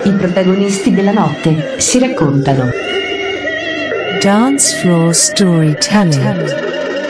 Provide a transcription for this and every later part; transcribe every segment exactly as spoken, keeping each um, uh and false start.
I protagonisti della notte si raccontano. Dance Floor Storytelling.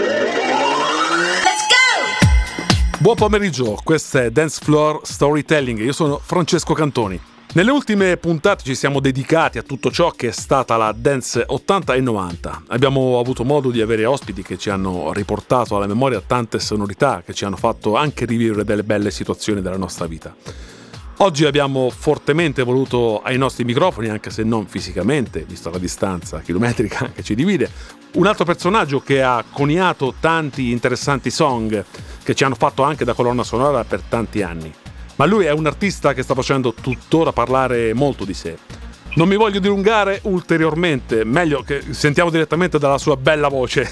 Buon pomeriggio, questo è Dance Floor Storytelling, io sono Francesco Cantoni. Nelle ultime puntate ci siamo dedicati a tutto ciò che è stata la Dance ottanta e novanta. Abbiamo avuto modo di avere ospiti che ci hanno riportato alla memoria tante sonorità, che ci hanno fatto anche rivivere delle belle situazioni della nostra vita. Oggi abbiamo fortemente voluto ai nostri microfoni, anche se non fisicamente, visto la distanza chilometrica che ci divide, un altro personaggio che ha coniato tanti interessanti song che ci hanno fatto anche da colonna sonora per tanti anni. Ma lui è un artista che sta facendo tuttora parlare molto di sé. Non mi voglio dilungare ulteriormente, meglio che sentiamo direttamente dalla sua bella voce.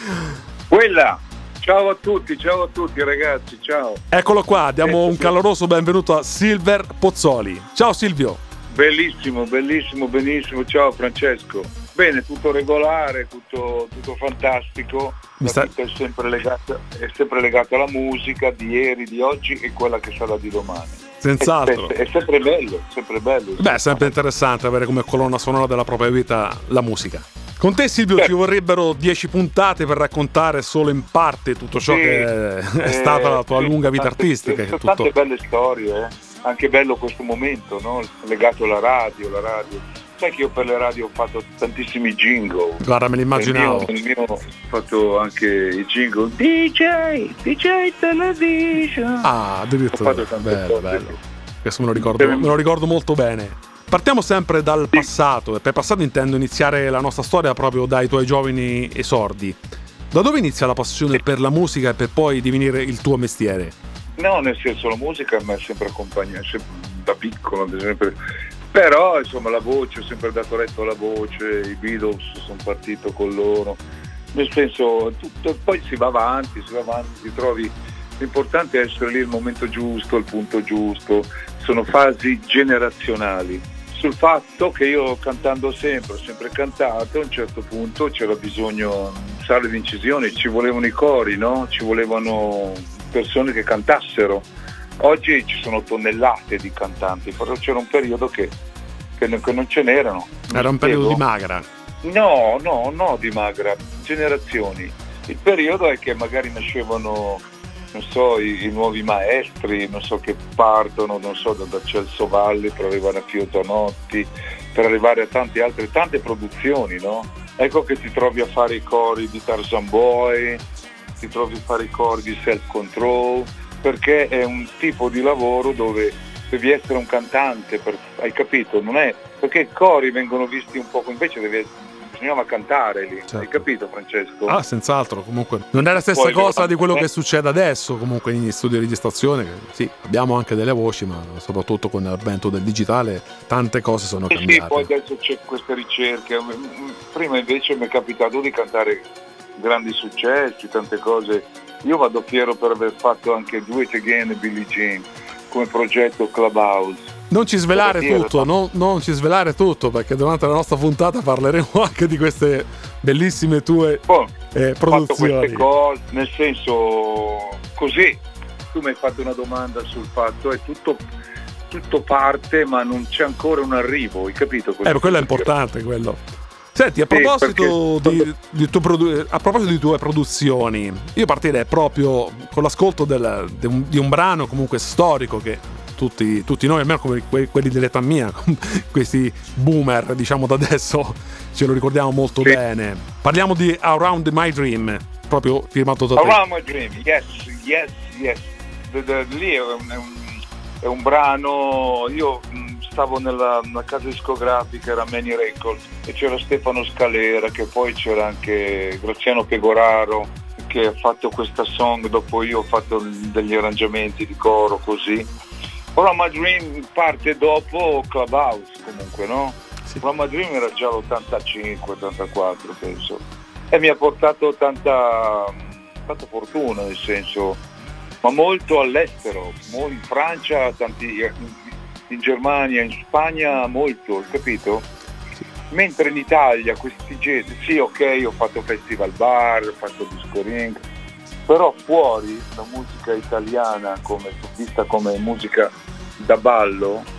Quella! Ciao a tutti, ciao a tutti ragazzi, ciao. Eccolo qua, diamo un caloroso benvenuto a Silver Pozzoli. Ciao Silvio. Bellissimo, bellissimo, benissimo, ciao Francesco. Bene, tutto regolare, tutto, tutto fantastico. La sta... vita è sempre legata, è sempre legata alla musica di ieri, di oggi e quella che sarà di domani. Senz'altro. È, è, è sempre bello, sempre bello. Beh, è sempre interessante avere come colonna sonora della propria vita la musica. Con te Silvio certo. Ci vorrebbero dieci puntate per raccontare solo in parte tutto ciò sì, che è eh, stata la tua sì, lunga vita tante, artistica. Sono tutto... tante belle storie, eh? Anche bello questo momento, no? Legato alla radio, la radio. Sai che io per le radio ho fatto tantissimi jingle. Guarda, me l'immaginavo. Il mio, il mio ho fatto anche i jingle D J, D J Television. Ah, addirittura. Ho fatto tante bello, cose. bello. Questo me lo ricordo, me lo ricordo molto bene. Partiamo sempre dal passato, e per passato intendo iniziare la nostra storia proprio dai tuoi giovani esordi. Da dove inizia la passione per la musica e per poi divenire il tuo mestiere? No, nel senso la musica mi ha sempre accompagnato, da piccolo ad esempio. Però insomma la voce, ho sempre dato retto alla voce, i Beatles, sono partito con loro. Nel senso, tutto, poi si va avanti, si va avanti, ti trovi. L'importante è essere lì al momento giusto, al punto giusto. Sono fasi generazionali. Sul fatto che io cantando sempre, ho sempre cantato, a un certo punto c'era bisogno, sale di incisione, ci volevano i cori, no? Ci volevano persone che cantassero. Oggi ci sono tonnellate di cantanti, però c'era un periodo che, che, che non ce n'erano. Era un periodo di magra. No, no, no di magra, generazioni. Il periodo è che magari nascevano, non so, i, i nuovi maestri, non so, che partono, non so, da, da Celso Valli per arrivare a Pio Tanotti, per arrivare a tante altre, tante produzioni, no? Ecco che ti trovi a fare i cori di Tarzan Boy, ti trovi a fare i cori di Self Control, perché è un tipo di lavoro dove devi essere un cantante, per, hai capito? Non è perché i cori vengono visti un po', invece devi, bisognava cantare lì, certo. Hai capito Francesco? Ah, senz'altro, comunque non è la stessa Poi, cosa no, di quello eh. che succede adesso comunque negli studi di registrazione, che, sì, abbiamo anche delle voci, ma soprattutto con l'avvento del digitale tante cose sono sì, cambiate. Sì, poi adesso c'è queste ricerche, prima invece mi è capitato di cantare grandi successi, tante cose. Io vado fiero per aver fatto anche Do It Again e Billie Jean come progetto Clubhouse. Non ci svelare tutto, non, non ci svelare tutto, perché durante la nostra puntata parleremo anche di queste bellissime tue oh, eh, produzioni. Ho fatto queste cose, nel senso, così, tu mi hai fatto una domanda sul fatto, è tutto, tutto parte, ma non c'è ancora un arrivo, hai capito? Eh, quello è importante, quello. Senti, a proposito, sì, di, di tu produ- a proposito di tue produzioni, io partirei proprio con l'ascolto del, de un, di un brano comunque storico che tutti, tutti noi, almeno come que- quelli dell'età mia, questi boomer, diciamo da adesso, ce lo ricordiamo molto sì. bene. Parliamo di Around My Dream, proprio firmato da te. Around My Dream, yes, yes, yes. The, the, lì è un, è, un, è un brano, io stavo nella, nella casa discografica, era Many Records, e c'era Stefano Scalera, che poi c'era anche Graziano Pegoraro, che ha fatto questa song, dopo io ho fatto degli arrangiamenti di coro così. Ora My Dream parte dopo Clubhouse comunque, no? Sì. Ora My Dream era già l'ottantacinque ottantaquattro penso, e mi ha portato tanta, tanta fortuna, nel senso, ma molto all'estero, in Francia, tanti, in Germania, in Spagna molto, capito? Sì. Mentre in Italia questi gesti, sì ok, ho fatto festival bar, ho fatto disco ring, però fuori la musica italiana come vista come musica da ballo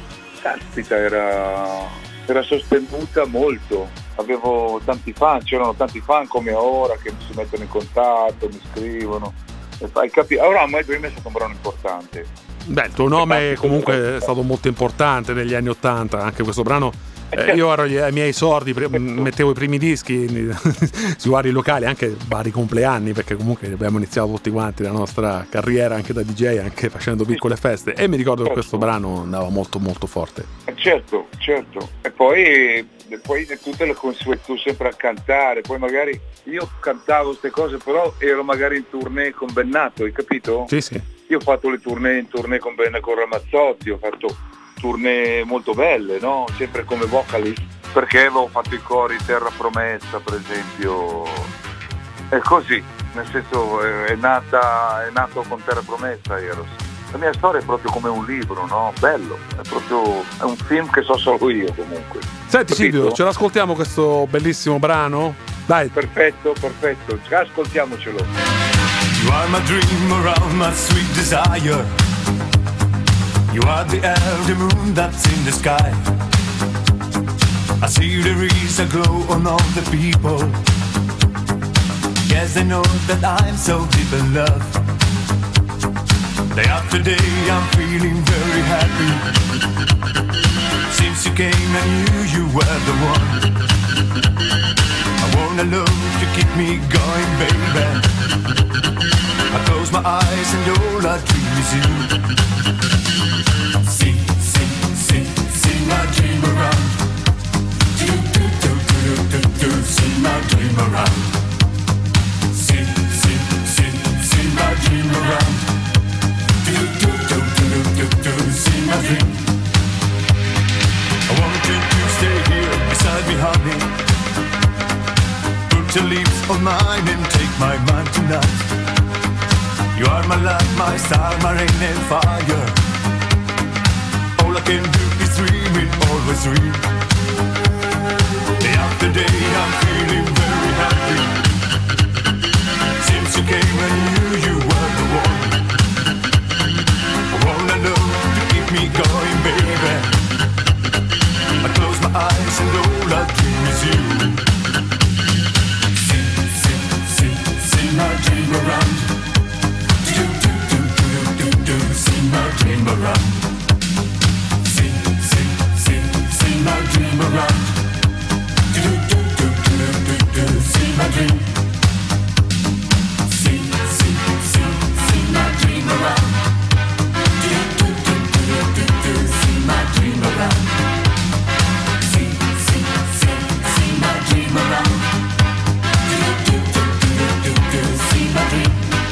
caspita, era, era sostenuta molto. Avevo tanti fan, c'erano tanti fan come ora che mi si mettono in contatto, mi scrivono. E fai capire. Ora My Dream è stato un brano importante. Beh, il tuo nome comunque è stato molto importante negli anni Ottanta, anche questo brano. Eh, io ero ai miei esordi, pre- mettevo i primi dischi su vari locali, anche vari compleanni, perché comunque abbiamo iniziato tutti quanti la nostra carriera anche da D J, anche facendo piccole feste, e mi ricordo che questo brano andava molto molto forte. Certo, certo. E poi, e poi tutte le consuetudini sempre a cantare, poi magari io cantavo queste cose, però ero magari in tournée con Bennato, hai capito? Sì, sì. Io ho fatto le tournée in tournée con Ben con Ramazzotti, ho fatto tournée molto belle, no? Sempre come vocalist, perché avevo fatto i cori Terra Promessa, per esempio. È così, nel senso è nata è nato con Terra Promessa Eros. La mia storia è proprio come un libro, no? Bello, è proprio è un film che so solo io comunque. Senti, capito? Silvio, ce l'ascoltiamo questo bellissimo brano? Dai. Perfetto, perfetto, ascoltiamocelo. You are my dream around my sweet desire. You are the air, the moon that's in the sky. I see there is a glow on all the people. Yes, they know that I'm so deep in love. Day after day I'm feeling very happy. Since you came I knew you were the one. I want a love to keep me going, baby. I close my eyes and all I dream is you. See, see, see, see my dream around. Do, do, do, do, do, do, see my dream around. See, see, see, see my dream around. Do, do, do, do, do, do, see my dream. I want you to stay here beside me, honey. Put your lips on mine and take my mind tonight. You are my light, my star, my rain and fire. All I can do is dream it, always dream. Day after day I'm feeling very happy. Since you came I knew you were the one. I wanna know to keep me going, baby. I close my eyes and all I dream is you. See, see, see, see my dream around. Do, do, do, do, do, do, see my dream around. See, see, see, see my dream around. Do, do, do, do, do, do, see my dream. See, see, see, see my dream around. Do, do, do, do, do, do, see my dream around. See, see, see, see my dream around. Do, do, do, do, do, do, see my dream.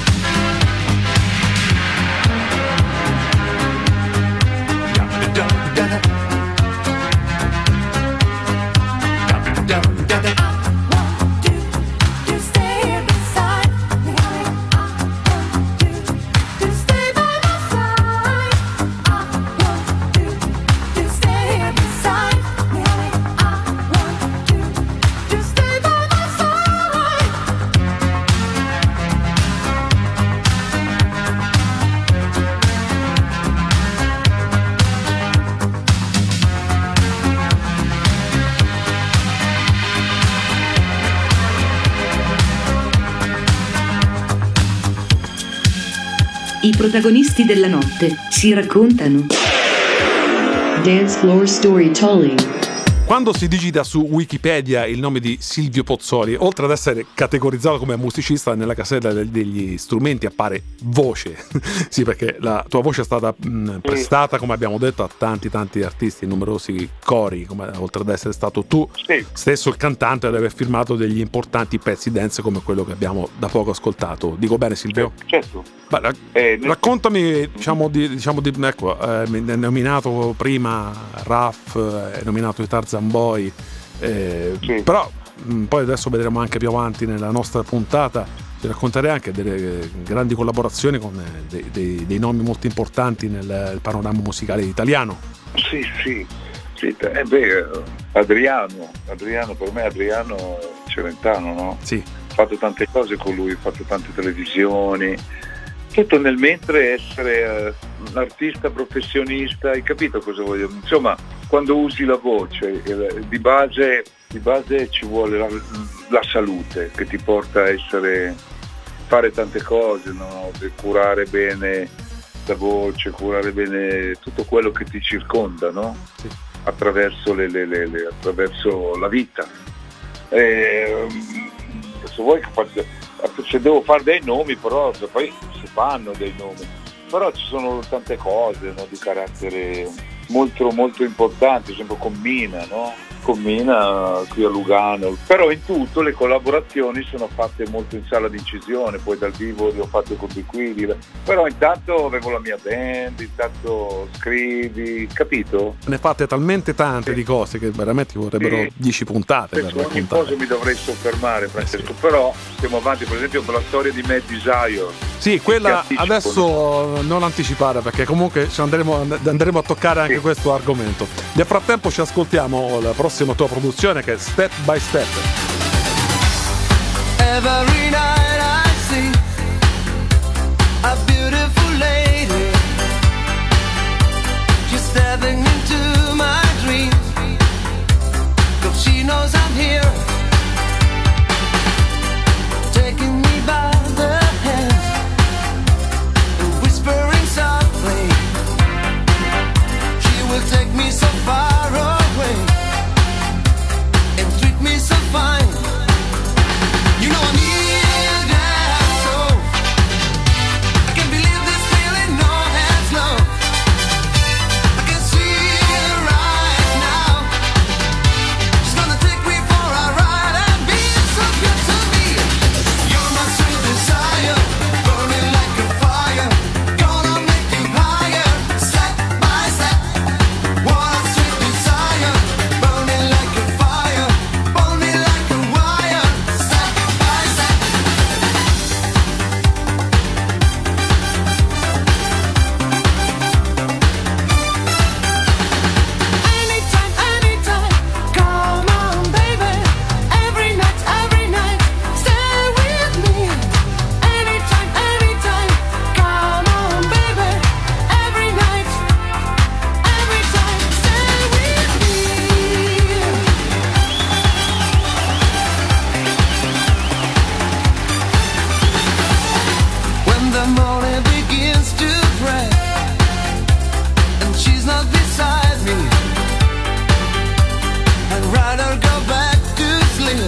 I protagonisti della notte si raccontano. Dance Floor Storytelling. Quando si digita su Wikipedia il nome di Silvio Pozzoli, oltre ad essere categorizzato come musicista, nella casella degli strumenti appare voce. Sì, perché la tua voce è stata mh, prestata, come abbiamo detto, a tanti tanti artisti, numerosi cori, come, oltre ad essere stato tu Sì. stesso il cantante ad aver firmato degli importanti pezzi dance come quello che abbiamo da poco ascoltato. Dico bene, Silvio? Certo. Beh, ra- Eh, nel- raccontami, diciamo di, diciamo di ecco, eh, mi hai nominato prima Raff, eh, hai nominato i Tarzan Boy, eh, Sì. però mh, poi adesso vedremo anche più avanti nella nostra puntata, ci racconterei anche delle eh, grandi collaborazioni con eh, dei, dei, dei nomi molto importanti nel, nel panorama musicale italiano. Sì, sì, sì. Eh beh, Adriano, Adriano, per me Adriano Celentano, no? Sì. Ho fatto tante cose con lui, ho fatto tante televisioni, tutto nel mentre essere uh, un artista professionista, hai capito cosa voglio? Insomma, quando usi la voce, eh, di base, di base ci vuole la, la salute che ti porta a essere, fare tante cose, no? Curare bene la voce, curare bene tutto quello che ti circonda, no? Sì. Attraverso, le, le, le, le, attraverso la vita. E, se vuoi che faccia, se devo fare dei nomi, però poi si fanno dei nomi, però ci sono tante cose, no, di carattere molto molto importanti, ad esempio con Mina, no? Con Mina qui a Lugano, però in tutto le collaborazioni sono fatte molto in sala di incisione, poi dal vivo le ho fatte con Biquili, però intanto avevo la mia band, intanto scrivi, capito? Ne fate talmente tante sì. di cose che veramente vorrebbero sì. dieci puntate per raccontare. Ogni cosa mi dovrei soffermare, Francesco, eh sì. però stiamo avanti, per esempio con la storia di Mad Desire. Sì, quella adesso non anticipare, perché comunque ci andremo, andremo a toccare anche sì. questo argomento. Nel frattempo ci ascoltiamo la prossima tua produzione, che è Step by Step. Every night I see a beautiful lady. She's stepping into my dreams, 'cause she knows I'm here, taking me by the hand and whispering softly. She will take me so far away and treat me so fine. You know I need that soul. I can't believe this feeling, no hands low. I can see it right now. She's gonna take me for a ride and be so good to me. You're my sweet desire, burning like a fire. Gonna make you higher, step by step. What a sweet desire, burning like a fire, burning like a wire, step by step. Anytime, anytime, come on baby. Every night, every night, stay with me. Anytime, anytime, come on baby. Every night, every time, stay with me. When the morning begins to break and she's not beside me, I'd rather go back to sleep,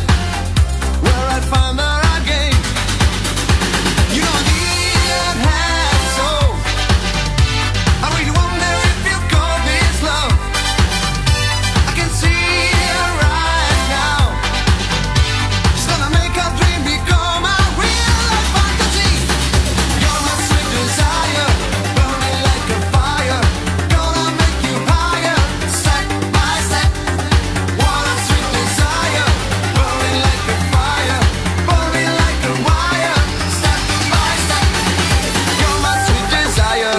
where I'd find her again. You don't need that hand, so I really wonder if you call this love. I can see her right now. She's gonna make our dream become a real life fantasy. You're my sweet desire, burning like a fire. Gonna make you higher, step by step. What a sweet desire, burning like a fire, burning like a wire, step by step. You're my sweet desire.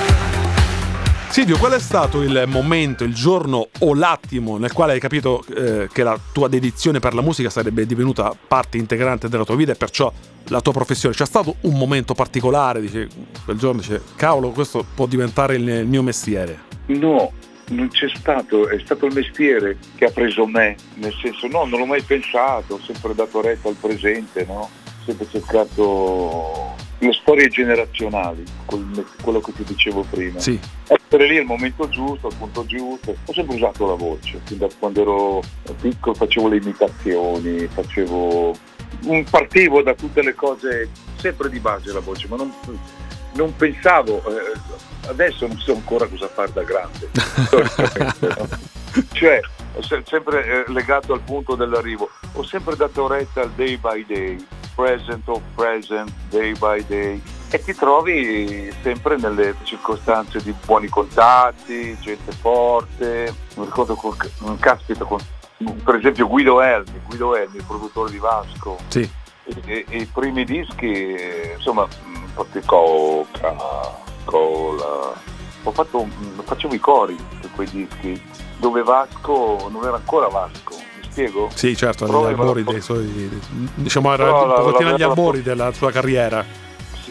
Silvio, qual è stato il momento, il giorno o l'attimo nel quale hai capito eh, che la tua dedizione per la musica sarebbe divenuta parte integrante della tua vita e perciò la tua professione? C'è stato un momento particolare, dice, quel giorno dice, cavolo, questo può diventare il, il mio mestiere? No, non c'è stato, è stato il mestiere che ha preso me, nel senso, no, non l'ho mai pensato, ho sempre dato retta al presente, no? Ho sempre cercato le storie generazionali, quel- quello che ti dicevo prima. Sì. Essere lì al momento giusto, al punto giusto. Ho sempre usato la voce, fin da quando ero piccolo facevo le imitazioni, facevo un- partivo da tutte le cose, sempre di base la voce, ma non, non pensavo, eh, adesso non so ancora cosa fare da grande. No? Cioè, ho se- sempre eh, legato al punto dell'arrivo, ho sempre dato retta al day by day, present of present, day by day, e ti trovi sempre nelle circostanze di buoni contatti, gente forte. Mi ricordo con, caspita, con, per esempio Guido Elmi, Guido Elmi, il produttore di Vasco. Sì. E, e, e i primi dischi, insomma, infatti Coca, Cola, ho fatto, facevo i cori per quei dischi dove Vasco non era ancora Vasco, mi spiego? Sì, certo, agli Però albori aveva- dei suoi, diciamo, era Però un la- pochettino la- agli la- albori della sua carriera. Sì,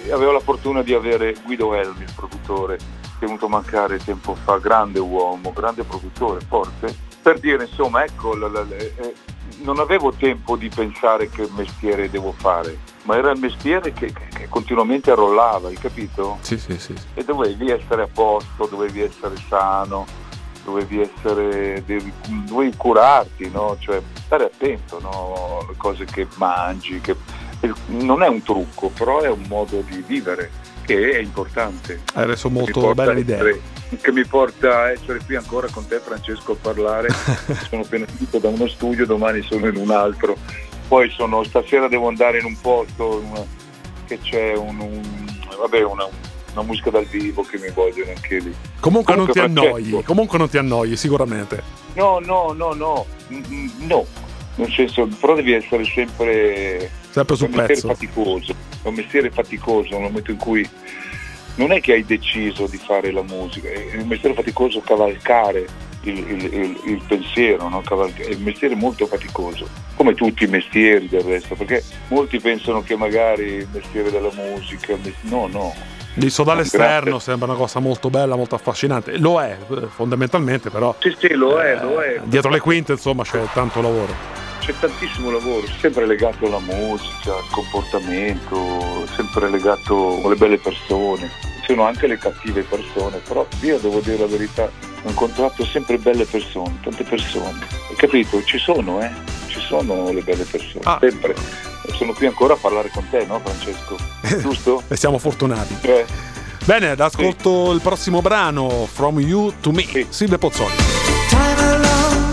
avevo la fortuna di avere Guido Helmi, il produttore, che è venuto a mancare tempo fa, grande uomo, grande produttore, forte, per dire insomma, ecco, la, la, la, eh, non avevo tempo di pensare che mestiere devo fare, ma era il mestiere che, che, che continuamente rollava, hai capito? Sì, sì, sì. E dovevi essere a posto, dovevi essere sano, dovevi essere, devi, dovevi curarti, no? Cioè stare attento, no? Le cose che mangi, che non è un trucco, però è un modo di vivere che è importante. Hai reso molto bella l'idea. Che mi porta a essere qui ancora con te, Francesco, a parlare. Sono appena uscito da uno studio, domani sono in un altro. Poi sono, stasera devo andare in un posto una, che c'è un, un vabbè, una, una musica dal vivo che mi vogliono anche lì. Comunque, Comunque non ti Francesco, annoi, comunque non ti annoi, sicuramente. No, no, no, no, no. Nel senso, però devi essere sempre sempre sul un mestiere pezzo. faticoso, è un mestiere faticoso nel momento in cui non è che hai deciso di fare la musica, è un mestiere faticoso cavalcare il, il, il, il pensiero, no? Cavalc- è un mestiere molto faticoso, come tutti i mestieri del resto, perché molti pensano che magari il mestiere della musica, no, no. Visto dall'esterno Grazie. sembra una cosa molto bella, molto affascinante. Lo è, fondamentalmente, però. Sì, sì, lo è, lo è. Dietro le quinte, insomma, c'è tanto lavoro. C'è tantissimo lavoro, sempre legato alla musica, al comportamento, sempre legato alle belle persone. Ci sono anche le cattive persone, però io devo dire la verità, ho incontrato sempre belle persone, tante persone. Hai capito? Ci sono, eh? Ci sono le belle persone, Ah. sempre. Sono qui ancora a parlare con te, no, Francesco? Giusto? E siamo fortunati. Eh. Bene, ascolto sì. il prossimo brano, From You to Me, Sì. Silvia Pozzoli. Time alone,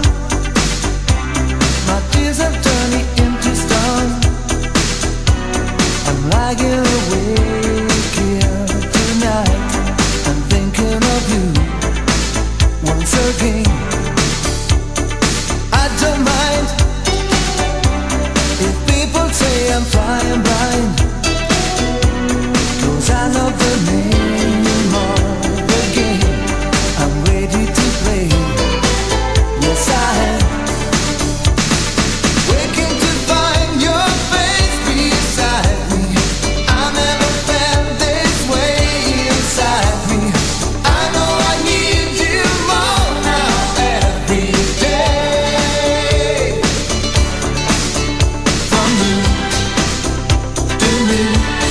my tears have turned me into stone. I'm lying awake here tonight. I'm thinking of you once again. I don't mind if people say I'm flying blind, 'cause I love the name of the game. I'm ready to play. Yes, I am. Waking to find your face beside me. I never felt this way inside me. I know I need you more now every day. From you to me,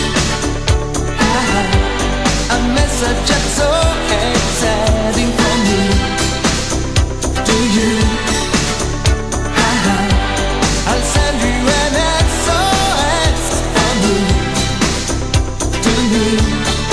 a message that's so exciting. From you to you, I'll send you an S O S. From you to me.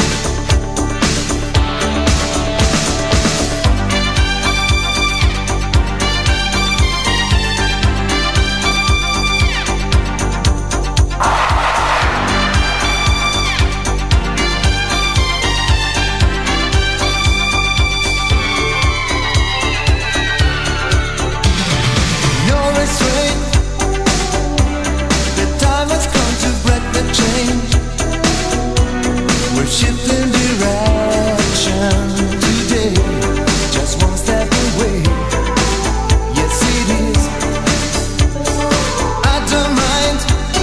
No restraint. The time has come to break the change. We're shifting direction today. Just one step away. Yes, it is. I don't mind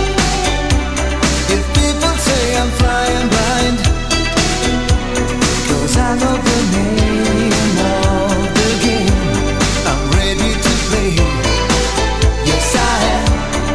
if people say I'm flying blind, 'cause I know the name of the game. I'm ready to play. Yes, I am.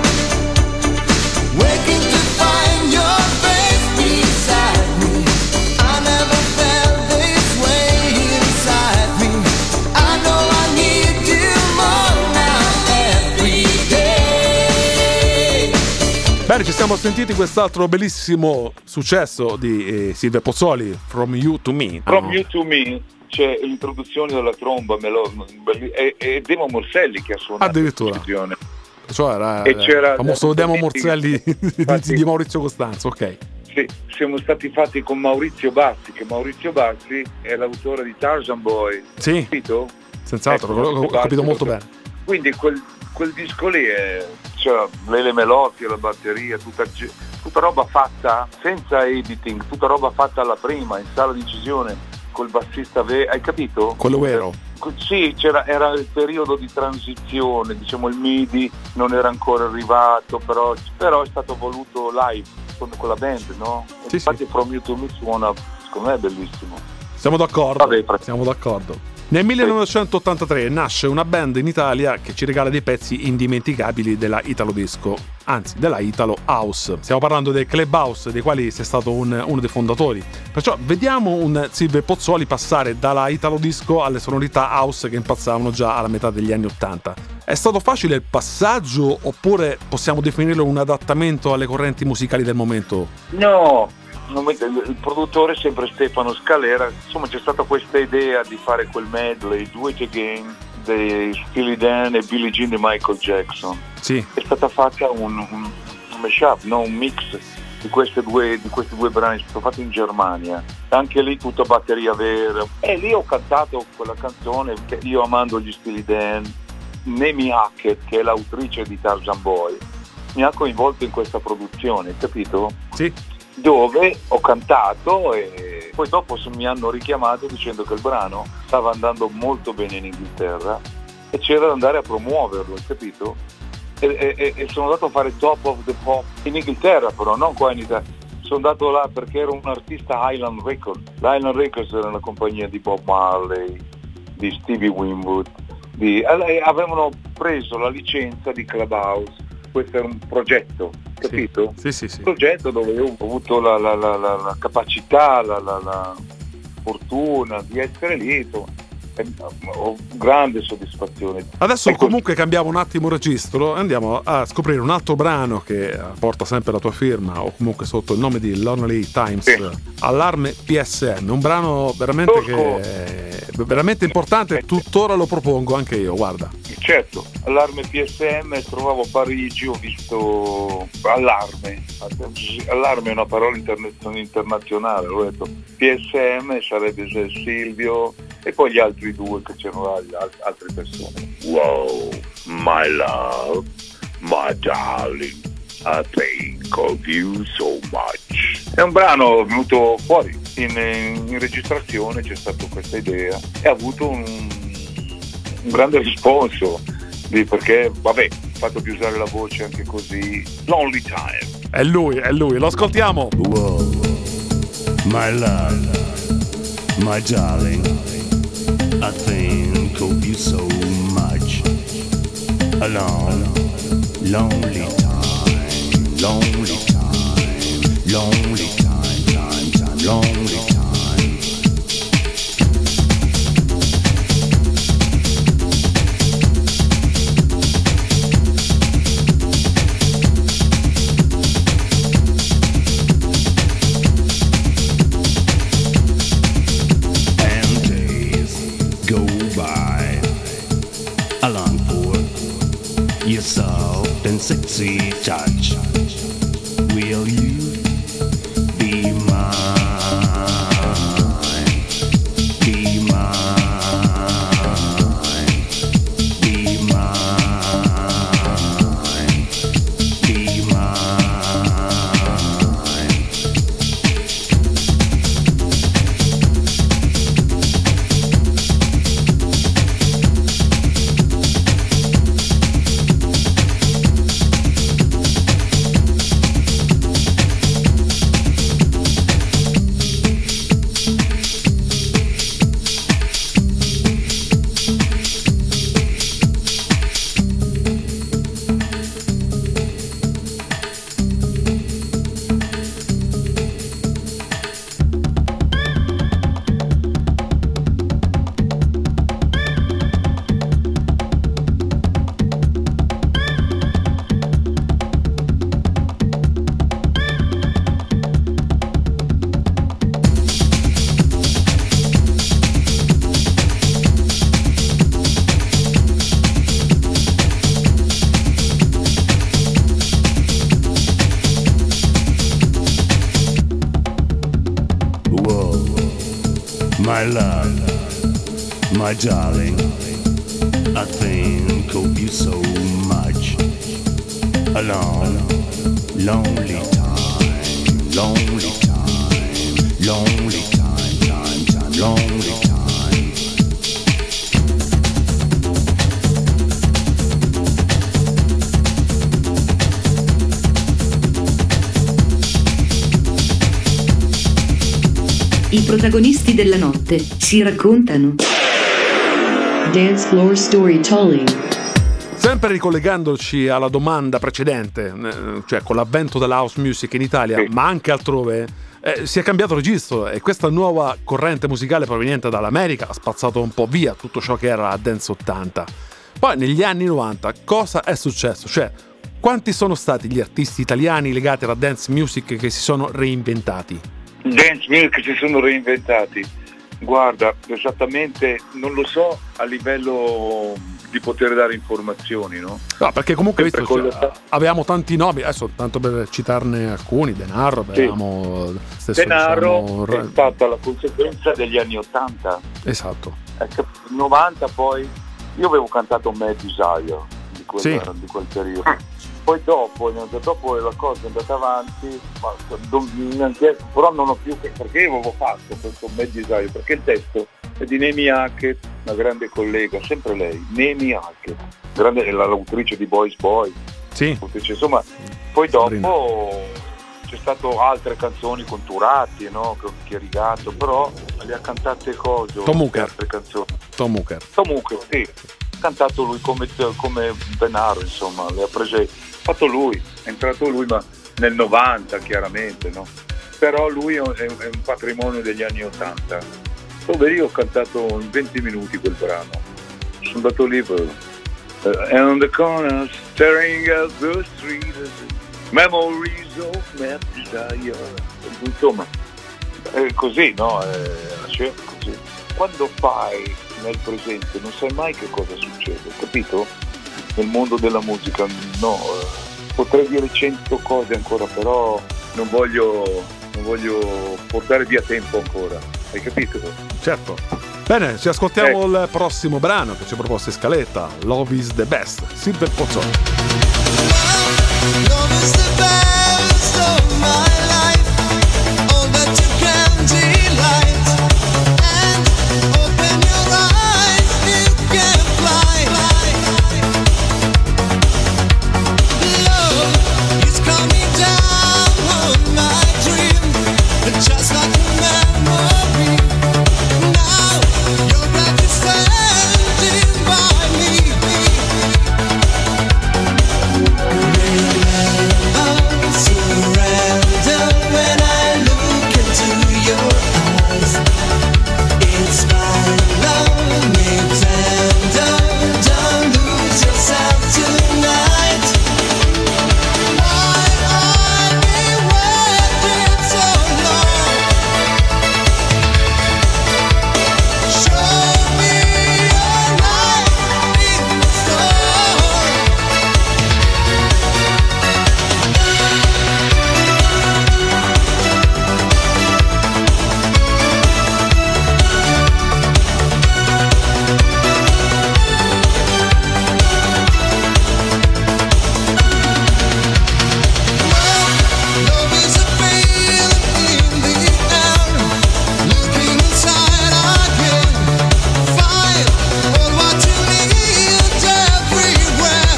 Waking to find your face beside me. I never felt this way inside me. I know I need you more now every day. Bene, ci siamo sentiti quest'altro bellissimo successo di eh, Silvia Pozzoli, From You to Me. From You to Me c'è l'introduzione della tromba melo- è, è Demo Morselli che ha suonato Addirittura. la decisione. Cioè era E il c'era- famoso Demo sì, Morselli di, infatti- di Maurizio Costanzo, ok. Sì, siamo stati fatti con Maurizio Bassi, che Maurizio Bassi è l'autore di Tarzan Boy. Sì, Capito? senz'altro, Ecco, ho, ho Bassi, capito molto lo- bene. Quindi quel, quel disco lì è, cioè, Lele Melotti, la batteria, tutta, tutta roba fatta senza editing, tutta roba fatta alla prima, in sala di incisione, col bassista, ve- hai capito? Quello vero. Sì, c'era, era il periodo di transizione, diciamo il MIDI non era ancora arrivato, però, però è stato voluto live, con quella band, no? Sì, Infatti sì. From You to Me suona, secondo me è bellissimo. Siamo d'accordo, Vabbè, fra- siamo d'accordo. Nel millenovecentottantatré nasce una band in Italia che ci regala dei pezzi indimenticabili della Italo Disco, anzi della Italo House. Stiamo parlando dei Club House, dei quali sei stato un- uno dei fondatori. Perciò vediamo un Silvio Pozzoli passare dalla Italo Disco alle sonorità house che impazzavano già alla metà degli anni Ottanta. È stato facile il passaggio oppure possiamo definirlo un adattamento alle correnti musicali del momento? No, il il produttore è sempre Stefano Scalera, insomma c'è stata questa idea di fare quel medley, Do It Again, dei Steely Dan e Billie Jean di Michael Jackson. Sì. È stata fatta un, un, un mashup, no? Un mix di, queste due, di questi due brani, è stato fatto in Germania, anche lì tutta batteria vera. E lì ho cantato quella canzone che io, amando gli Steely Dan, Nemi Hackett, che è l'autrice di Tarzan Boy, mi ha coinvolto in questa produzione, capito? Sì. Dove ho cantato e poi dopo mi hanno richiamato dicendo che il brano stava andando molto bene in Inghilterra e c'era da andare a promuoverlo, capito? E, e, e sono andato a fare Top of the Pop in Inghilterra, però non qua in Italia. Sono andato là perché ero un artista Island Records. L'Island Records era una compagnia di Bob Marley, di Stevie Winwood, di, e avevano preso la licenza di Clubhouse. Questo era un progetto, capito? Sì, sì, sì. Un progetto dove io ho avuto la, la, la, la, la capacità, la, la, la fortuna di essere lì, insomma, e ho grande soddisfazione. Adesso Ecco, comunque cambiamo un attimo registro e andiamo a scoprire un altro brano che porta sempre la tua firma o comunque sotto il nome di Lonely Times, Sì. Allarme P S M, un brano veramente, Tosco. che è veramente importante, tuttora lo propongo anche io, guarda. certo, allarme P S M, trovavo a Parigi, ho visto allarme, allarme è una parola interna- internazionale, ho detto P S M sarebbe Silvio e poi gli altri due che c'erano altre persone. Wow, my love, my darling, I think of you so much. È un brano venuto fuori in, in registrazione, c'è stata questa idea e ha avuto un, un grande risponso lì, perché vabbè, ho fatto più usare la voce anche così. Lonely Time. È lui, è lui, lo ascoltiamo. Whoa, my love, my darling, I think of you so much. Alone, lonely time, lonely time, lonely time, time, time, lonely time. And days go by. I long for your soft and sexy touch. Will you be mine? Be mine. Be mine. Be mine. Whoa, my love, my darling, I think of you so much. Alone, lonely time, lonely time, lonely time, time, time, lonely time. protagonisti della notte si raccontano. Dance Floor Storytelling. Sempre ricollegandoci alla domanda precedente, eh, cioè con l'avvento della house music in Italia, Sì. ma anche altrove, eh, si è cambiato registro e questa nuova corrente musicale proveniente dall'America ha spazzato un po' via tutto ciò che era la Dance ottanta. Poi negli anni novanta cosa è successo? Cioè, quanti sono stati gli artisti italiani legati alla dance music che si sono reinventati? Dance music si sono reinventati. Guarda, esattamente non lo so a livello di poter dare informazioni, no? No, perché comunque Sempre visto, con cioè, avevamo tanti nomi, adesso tanto per citarne alcuni, Denaro, avevamo stesso, Denaro diciamo, è stata la conseguenza degli anni ottanta. esatto. Ecco, novanta poi io avevo cantato Mad Desire di quel, Sì. di quel periodo. Poi dopo, dopo la cosa è andata avanti, ma neanche, però non ho più, perché io avevo fatto questo Mad Desire, perché il testo è di Naomi Hackett, una grande collega, sempre lei, Naomi Hackett, grande, l'autrice di Boys Boy, Sì. insomma, poi Sabrina. dopo c'è stato altre canzoni con Turati, no? Con Chierigato, però le ha cantate cose, Tom Hooker. altre canzoni. Tom Hooker. Comunque sì, ha cantato lui come, come Denaro, insomma, le ha prese, ha fatto lui, è entrato lui, ma nel novanta chiaramente, no? Però lui è un, è un patrimonio degli anni ottanta, dove io ho cantato in venti minuti quel brano, sono andato lì per uh, and on the corner staring at the street, memories of Mad Desire, insomma, è così, no? È la scelta così. Quando fai nel presente non sai mai che cosa succede, capito? Nel mondo della musica, no, eh, potrei dire cento cose ancora, però non voglio, non voglio portare via tempo ancora, hai capito? Certo. Bene, ci ascoltiamo Ecco. il prossimo brano che ci ha proposto in scaletta, Love is the Best, Silver Pozzoli. Love is the best of my life, all that you can delight, and open your eyes, you can fly. Love is coming down on my dream, just like a memory. Now your breath is standing by me. Surrender when I look into your eyes. It's my love, me tender. Don't lose yourself tonight. Why I've been waiting so long? Show me your light in the storm. Love is a feeling in the air, looking inside again. Find all what you need everywhere.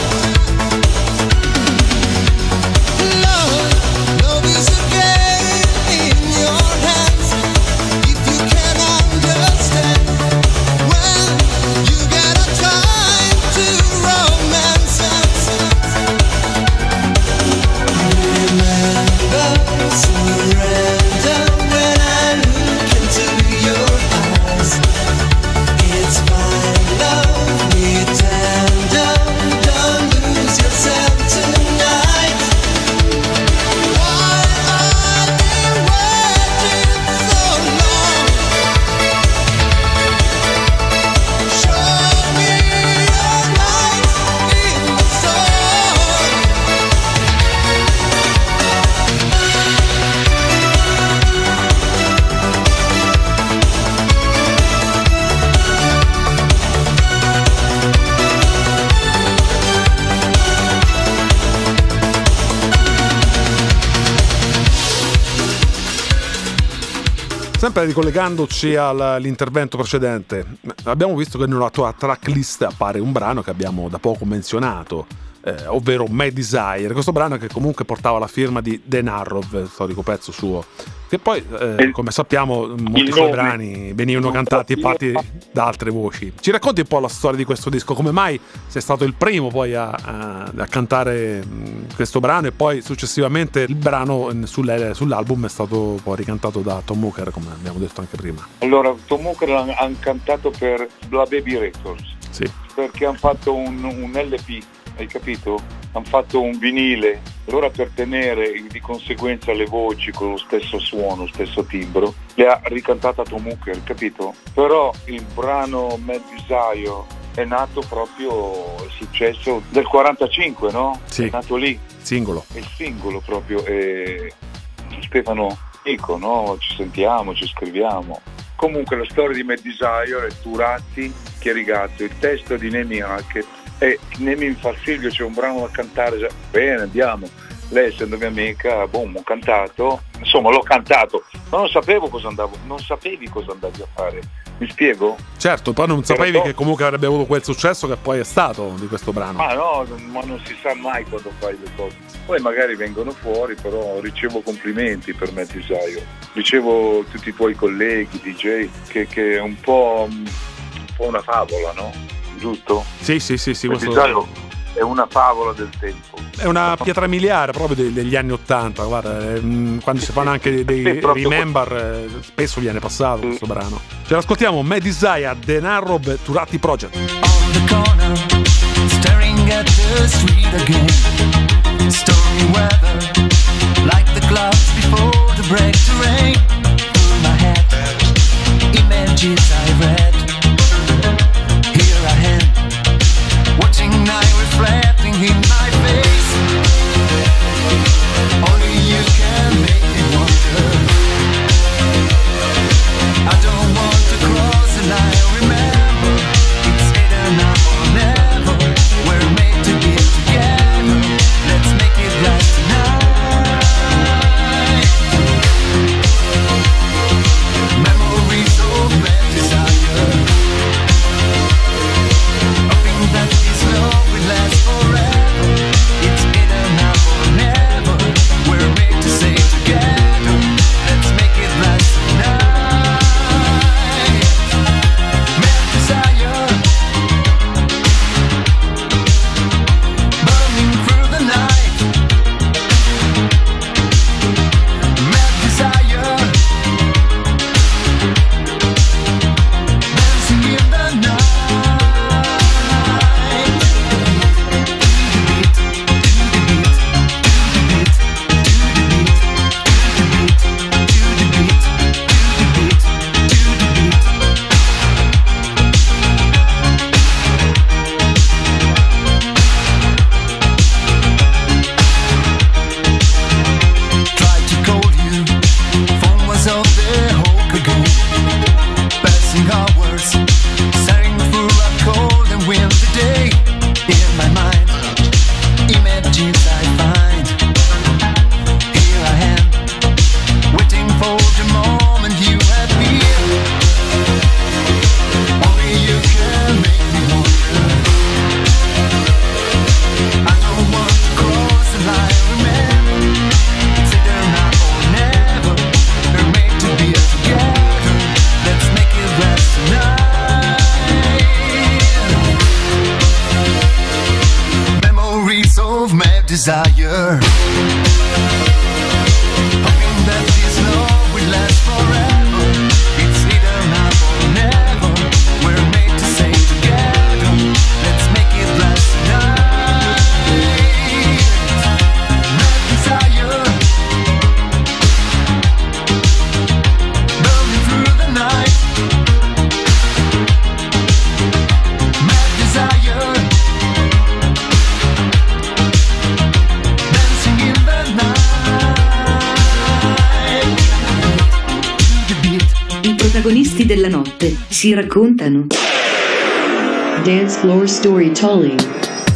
Love, love is a game in your hands. If you can understand, when you get a time to romance. Remember, surrender when I look into your eyes. It's my love, me tender. Don't lose yourself tonight. Why I've been waiting so long? Show me your light in the storm. Sempre ricollegandoci al- all'intervento precedente, abbiamo visto che nella tua tracklist appare un brano che abbiamo da poco menzionato, eh, ovvero Mad Desire, questo brano che comunque portava la firma di Dan Arrow, storico pezzo suo, che poi eh, come sappiamo molti suoi brani venivano cantati e fatti da altre voci. Ci racconti un po' la storia di questo disco, come mai sei stato il primo poi a, a, a cantare questo brano e poi successivamente il brano sull'album è stato poi ricantato da Tom Hooker, come abbiamo detto anche prima. Allora, Tom Hooker l'hanno cantato per la Baby Records, sì, perché hanno fatto un, un L P, hai capito? Hanno fatto un vinile, allora per tenere di conseguenza le voci con lo stesso suono, stesso timbro, le ha ricantata Tom Hooker, capito? Però il brano Mad Desire è nato proprio, il successo del quarantacinque, no? Sì. È nato lì. Singolo. È il singolo proprio, e Stefano dico, no? Ci sentiamo, ci scriviamo. Comunque la storia di Mad Desire è Turatti, Chierigatto, il testo di Nemi Hackett, e Nemi mi fa: Silvio, c'è un brano da cantare, già. Bene, andiamo. Lei, essendo mia amica, boom, ho cantato, insomma l'ho cantato, ma non sapevo cosa andavo, non sapevi cosa andavi a fare, mi spiego? Certo, poi non sapevi Però, che comunque avrebbe avuto quel successo che poi è stato di questo brano. Ma no, ma non si sa mai quando fai le cose, poi magari vengono fuori, però ricevo complimenti per Mad Desire, ricevo tutti i tuoi colleghi D J che, che è un po', un po' una favola, no? Giusto? Sì, sì, sì, sì, Mad questo Desire è una favola del tempo. È una pietra miliare proprio degli, degli anni Ottanta, guarda, ehm, quando si fanno anche dei, dei remember, eh, spesso viene passato questo brano. Ce l'ascoltiamo, Mad Desire, Dan Arrow, Turatti Project. On the corner, staring at the street again. Stormy weather, like the clouds before the break to rain. Through my head, images I read. Here I am, watching night reflecting in my face. Only you can make me wonder. I don't want to cross the line. Remember, it's either now or never. We're made to be together. Let's make it last tonight. Memories of Mad Desire. Hoping that this love will last forever. It's either now or never. We're made to stay together. Let's make it last tonight. Mad desire, burning through the night. Mad desire, dancing in the night. Tried to call you, phone was off the hook again. Passing hours, staring through a cold and windy day. In my mind, images I find. Here I am, waiting for the moment you appear. Only you can make me wonder. I don't want to cross the line, remember. It's either now or never. We're made to be together. Let's make it last tonight. Memories of Mad Desire. Hoping that this love will last forever. It's either now or never. We're made to stay together. Let's make it last tonight. Mad desire, burning through the night. Mad desire, dancing in the night. To the beat. I protagonisti della notte si raccontano. Dance Floor Storytelling.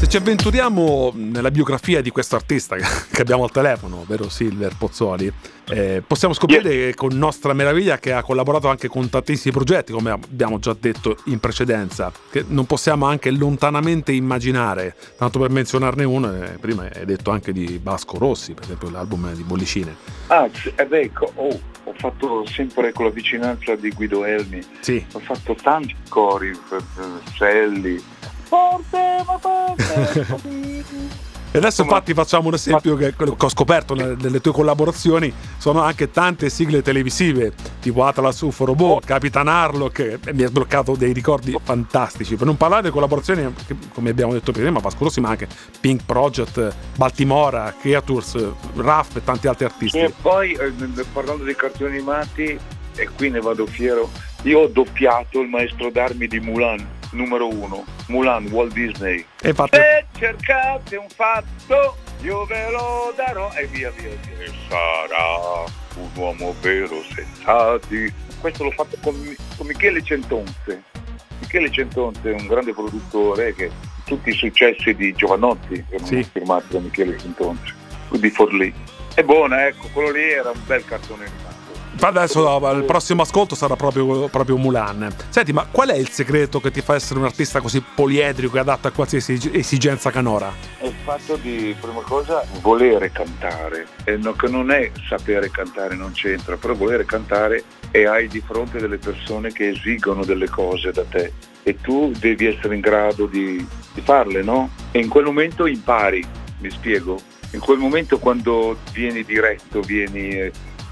Se ci avventuriamo nella biografia di questo artista che abbiamo al telefono, ovvero Silver Pozzoli, eh, possiamo scoprire yeah. con nostra meraviglia che ha collaborato anche con tantissimi progetti, come abbiamo già detto in precedenza, che non possiamo anche lontanamente immaginare. Tanto per menzionarne uno, eh, prima hai detto anche di Vasco Rossi, per esempio l'album di Bollicine. Ah, eh beh, oh, ho fatto sempre con la vicinanza di Guido Elmi, sì. Ho fatto tanti cori, Selli, forte ma forte. E adesso infatti facciamo un esempio che quello che ho scoperto nelle tue collaborazioni sono anche tante sigle televisive tipo Atlas U F O Robot, oh. Capitan Harlock, che mi ha sbloccato dei ricordi fantastici, per non parlare delle collaborazioni che, come abbiamo detto prima, Vasco Rossi, ma anche Pink Project, Baltimora, Creatures, Raff e tanti altri artisti. E poi eh, parlando dei cartoni animati, e qui ne vado fiero, io ho doppiato il maestro d'armi di Mulan numero uno, Mulan, Walt Disney. E infatti... Se cercate un fatto, io ve lo darò, e via via via. E sarà un uomo vero senza di... Questo l'ho fatto con, con Michele Centonze. Michele Centonze è un grande produttore che tutti i successi di Giovanotti erano sì. firmati da Michele Centonze, di Forlì. È buona, ecco, quello lì era un bel cartone animato. Adesso il prossimo ascolto sarà proprio, proprio Mulan. Senti, ma qual è il segreto che ti fa essere un artista così poliedrico e adatto a qualsiasi esigenza canora? È il fatto di, prima cosa, volere cantare, e no, che non è sapere cantare, non c'entra, però volere cantare, e hai di fronte delle persone che esigono delle cose da te e tu devi essere in grado di, di farle, no? E in quel momento impari, mi spiego? In quel momento, quando vieni diretto, vieni... Eh,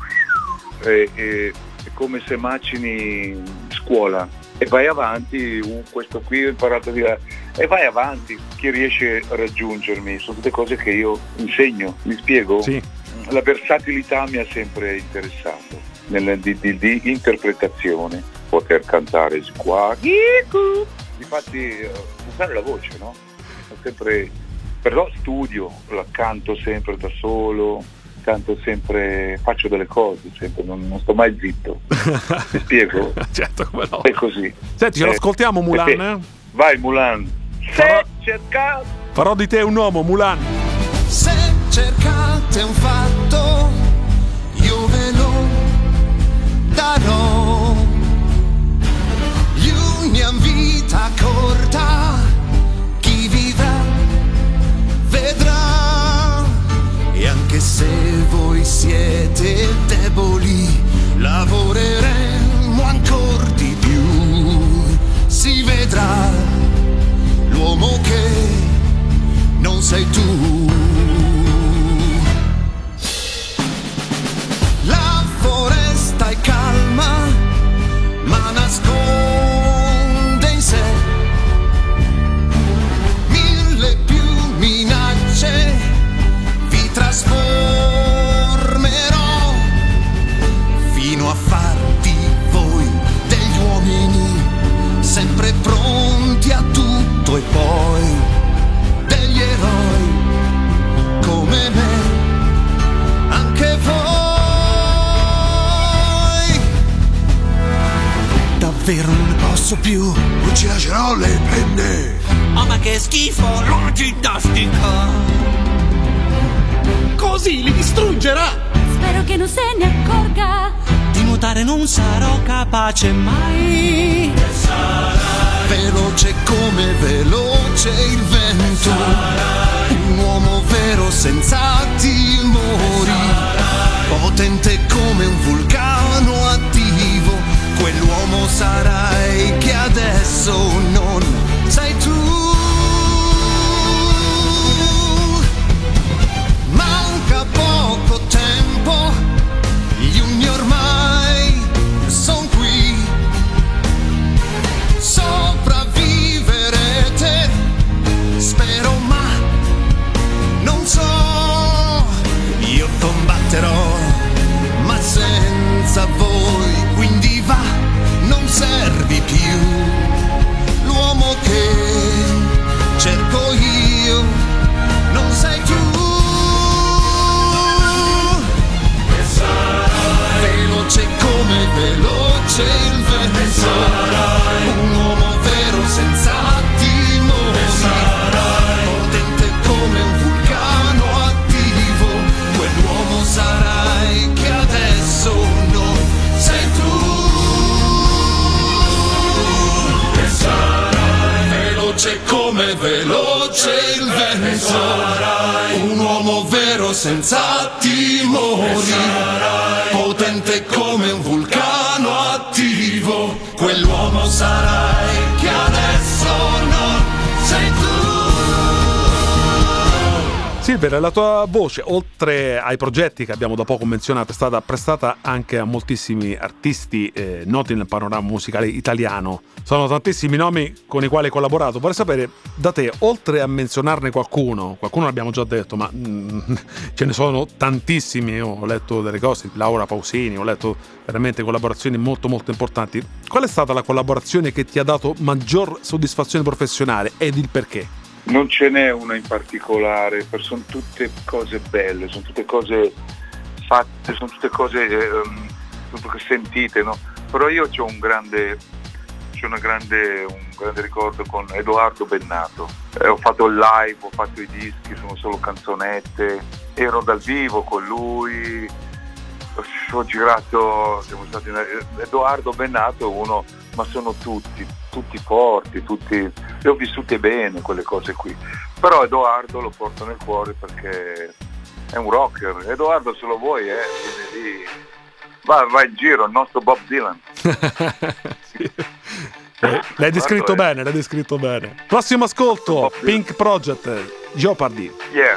È, è, è come se macini scuola e vai avanti, uh, questo qui ho imparato di là, e vai avanti. Chi riesce a raggiungermi sono tutte cose che io insegno, mi spiego? Sì. La versatilità mi ha sempre interessato nella, di, di, di interpretazione, poter cantare qua, infatti usare la voce, no? Ho sempre, però studio, la canto sempre da solo, canto sempre, faccio delle cose sempre, non, non sto mai zitto. Ti spiego? Certo, come no. È così. Senti, ce eh, l'ascoltiamo Mulan? Eh, vai Mulan. Farò, Se cercate farò di te un uomo, Mulan. Se cercate un fatto, io ve lo darò. Union vita corta, chi vivrà vedrà. E anche se voi siete deboli, lavoreremo ancora di più. Si vedrà l'uomo che non sei tu. La foresta è calma, ma nasconde in sé mille più minacce. Trasformerò fino a far di voi degli uomini sempre pronti a tutto e poi degli eroi come me, anche voi. Davvero non ne posso più, non ci lascerò le penne. Oh ma che schifo, la ginnastica! Così li distruggerà. Spero che non se ne accorga. Di nuotare non sarò capace mai. Che sarai veloce come veloce il vento. Sarai un uomo vero senza timori. Potente come un vulcano attivo. Quell'uomo sarai che adesso non sei tu. Poco tempo, gli uni ormai son qui. veloce il vento, un uomo vero senza timori, potente come un vulcano attivo, quell'uomo sarai che adesso non sei tu. Silver, la tua voce, oltre ai progetti che abbiamo da poco menzionato, è stata prestata anche a moltissimi artisti eh, noti nel panorama musicale italiano. Sono tantissimi nomi con i quali hai collaborato. Vorrei sapere da te, oltre a menzionarne qualcuno, qualcuno l'abbiamo già detto, ma mm, ce ne sono tantissimi. Io ho letto delle cose, Laura Pausini, ho letto veramente collaborazioni molto molto importanti. Qual è stata la collaborazione che ti ha dato maggior soddisfazione professionale ed il perché? Non ce n'è una in particolare, sono tutte cose belle, sono tutte cose fatte, sono tutte cose um, sentite, no? Però io c'ho un grande, c'ho una grande, un grande ricordo con Edoardo Bennato. Eh, ho fatto il live, ho fatto i dischi, sono solo canzonette, ero dal vivo con lui, ho girato, siamo stati in... Edoardo Bennato è uno, ma sono tutti, tutti forti, tutti, le ho vissute bene quelle cose qui, però Edoardo lo porto nel cuore perché è un rocker. Edoardo, se lo vuoi, eh, viene lì, va, va in giro, il nostro Bob Dylan. Sì. Eh, l'hai descritto bene, l'hai descritto bene. Prossimo ascolto, Pink Project, Jeopardy. Yeah.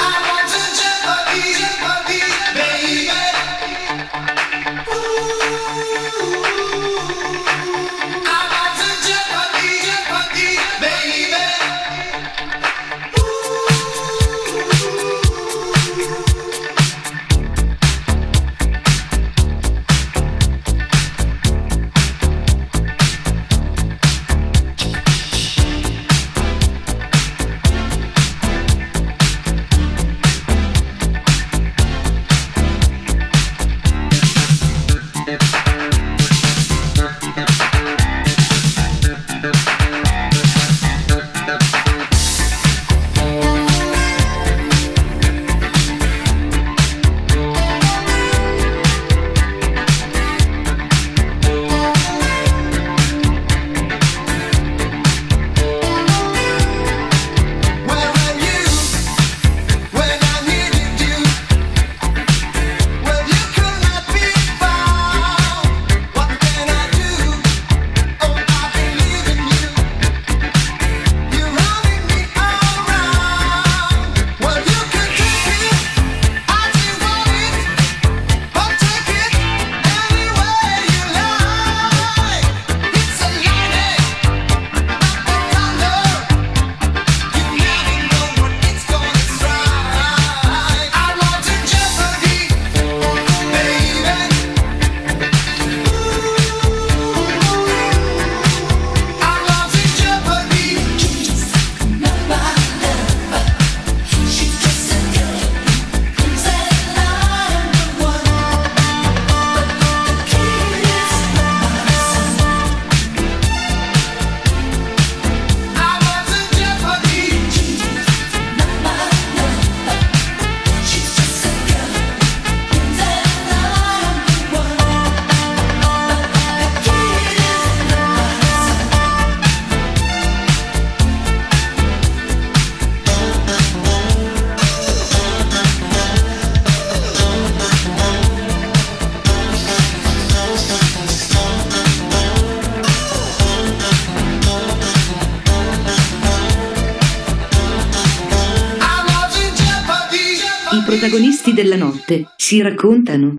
I protagonisti della notte si raccontano.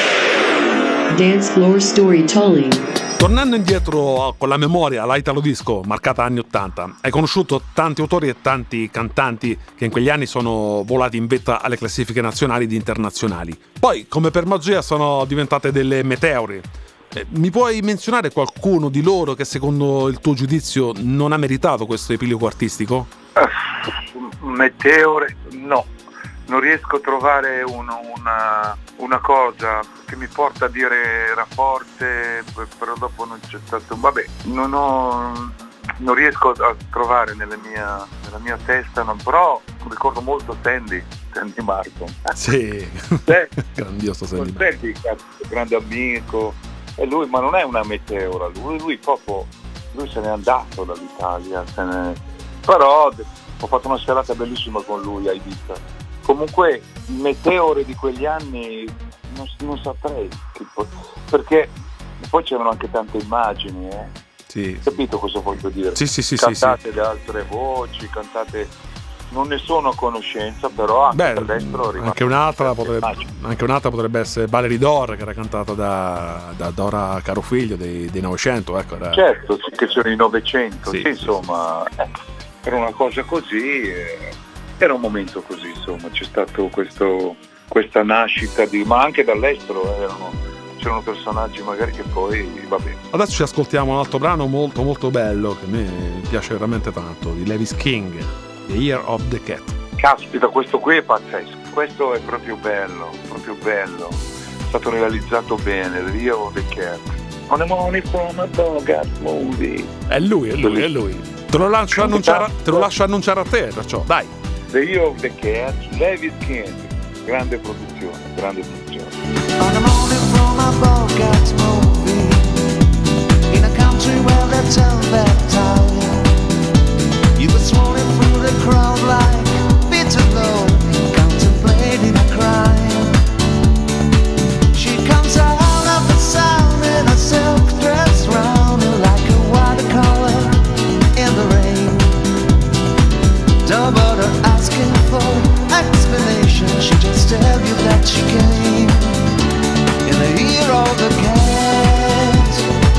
Dance Floor Storytelling. Tornando indietro con la memoria alla Italo Disco, marcata anni ottanta, hai conosciuto tanti autori e tanti cantanti che in quegli anni sono volati in vetta alle classifiche nazionali ed internazionali. Poi, come per magia, sono diventate delle meteore. Eh, mi puoi menzionare qualcuno di loro che secondo il tuo giudizio non ha meritato questo epilogo artistico? Uh, meteore, no. Non riesco a trovare uno, una, una cosa che mi porta a dire era forte, però dopo non c'è stato. Vabbè, non ho, non riesco a trovare nella mia, nella mia testa, no, però ricordo molto Sandy, Sandy Martin. Sì, eh, grandioso Sandy. Sandy, grande amico, e lui, ma non è una meteora, lui, lui proprio, lui se n'è andato dall'Italia, se ne, però ho fatto una serata bellissima con lui a Ibiza. Comunque i meteore di quegli anni non, non saprei che po- perché poi c'erano anche tante immagini, eh. Sì, Capito cosa voglio dire? Sì, sì, sì, cantate sì, le altre voci, cantate, non ne sono a conoscenza, però anche Beh, dall'estero arrivano anche un'altra, tante potrebbe, immagini. anche un'altra potrebbe essere Valerie Dor, che era cantata da, da Dora Carofiglio dei, dei Novecento, ecco, era... Certo, sì, che c'erano i Novecento, Sì, sì, sì, insomma, eh, era una cosa così, eh, era un momento così, insomma, c'è stato questo, questa nascita di, ma anche dall'estero eh, erano, c'erano personaggi magari che poi, vabbè. Adesso ci ascoltiamo un altro brano molto molto bello che a me piace veramente tanto, di Lewis King, The Year of the Cat. Caspita, questo qui è pazzesco, questo è proprio bello, proprio bello, è stato realizzato bene, The Year of the Cat. On a money from a Bogart movie. È lui, è lui, è lui. Te lo lascio annunciare, te lo lascio annunciare a te, perciò, dai. The Year of the Cat, Lewis King, grande produzione, grande produzione. On a morning from a Bogart movie, in a country where they tell that tire, you were sworn through the crowd like bitter low, contemplating a crime. She comes out of the sound in a silk dress round her like a watercolor in the rain. Don't bother asking for explanation, she just tell you that she came in the year of the cat.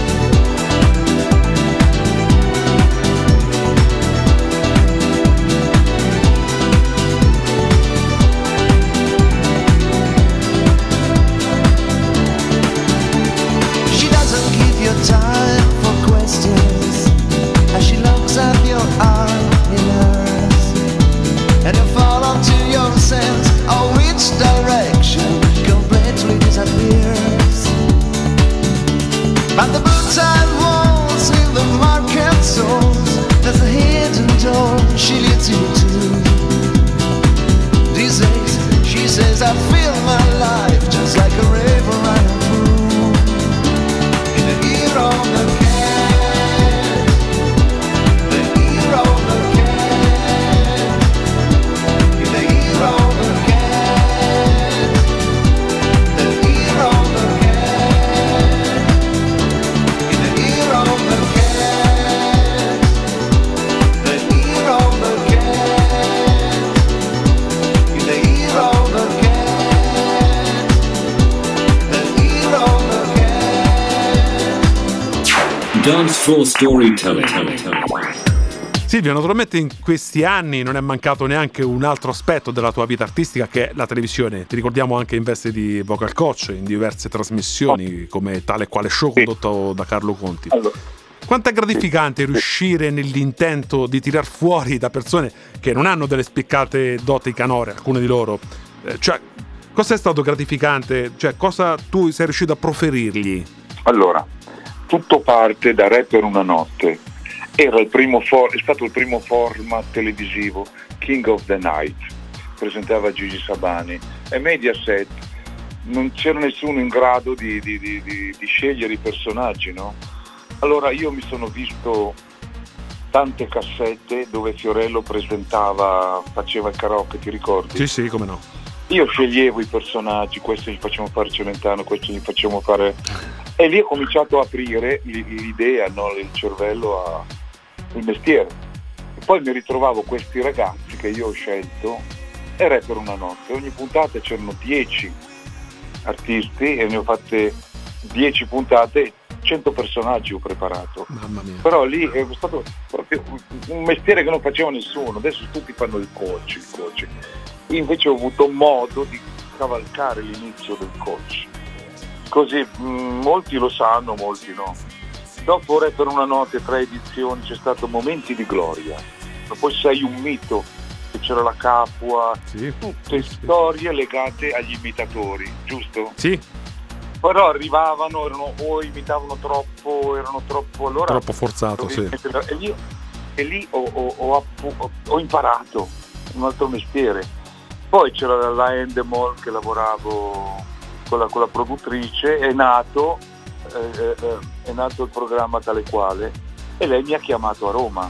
She doesn't give you time for questions as she looks at your arm in hers, and you fall onto your sense of which direction completely disappears. But the blue-tile walls in the market souls, there's a hidden door she leads you to. These days, she says, I feel my life just like a river running through. In the year of the cat, the year of the cat, in the year of the cat, the year of the cat, in the year of the cat, the year of the cat, in the year of the cat, the year of the cat. Dance floor storytelling. Silvia, naturalmente in questi anni non è mancato neanche un altro aspetto della tua vita artistica, che è la televisione. Ti ricordiamo anche in veste di vocal coach in diverse trasmissioni come Tale e Quale Show condotto da Carlo Conti. Allora, Quanto è gratificante riuscire nell'intento di tirar fuori da persone che non hanno delle spiccate doti canore, alcune di loro, eh, cioè cosa è stato gratificante, cioè cosa tu sei riuscito a proferirgli? allora, tutto parte da Re per una notte. Era il primo for- è stato il primo format televisivo, King of the Night, presentava Gigi Sabani e Mediaset non c'era nessuno in grado di, di, di, di, di scegliere i personaggi, no? Allora io mi sono visto tante cassette dove Fiorello presentava, faceva il karaoke, ti ricordi? Sì, sì, come no. Io sceglievo i personaggi, questo gli facciamo fare Celentano, questo gli facciamo fare... E lì ho cominciato a aprire l'idea, no, il cervello a il mestiere. E poi mi ritrovavo questi ragazzi che io ho scelto e Re per una notte. Ogni puntata c'erano dieci artisti e ne ho fatte dieci puntate, cento personaggi ho preparato. Mamma mia. Però lì è stato proprio un mestiere che non faceva nessuno. Adesso tutti fanno il coach, il coach. Io invece ho avuto modo di cavalcare l'inizio del coach. Così mh, molti lo sanno, molti no. Dopo Re per una notte, tre edizioni, c'è stato Momenti di gloria. Ma poi sei un mito, che c'era la Capua, Sì. tutte storie legate agli imitatori, giusto? Sì, Però arrivavano, erano, o imitavano troppo, erano troppo, allora troppo forzato, sì. e lì, e lì ho, ho, ho, appu- ho imparato un altro mestiere. Poi c'era la Endemol che lavoravo con la, con la produttrice, è nato, eh, eh, è nato il programma Tale Quale e lei mi ha chiamato a Roma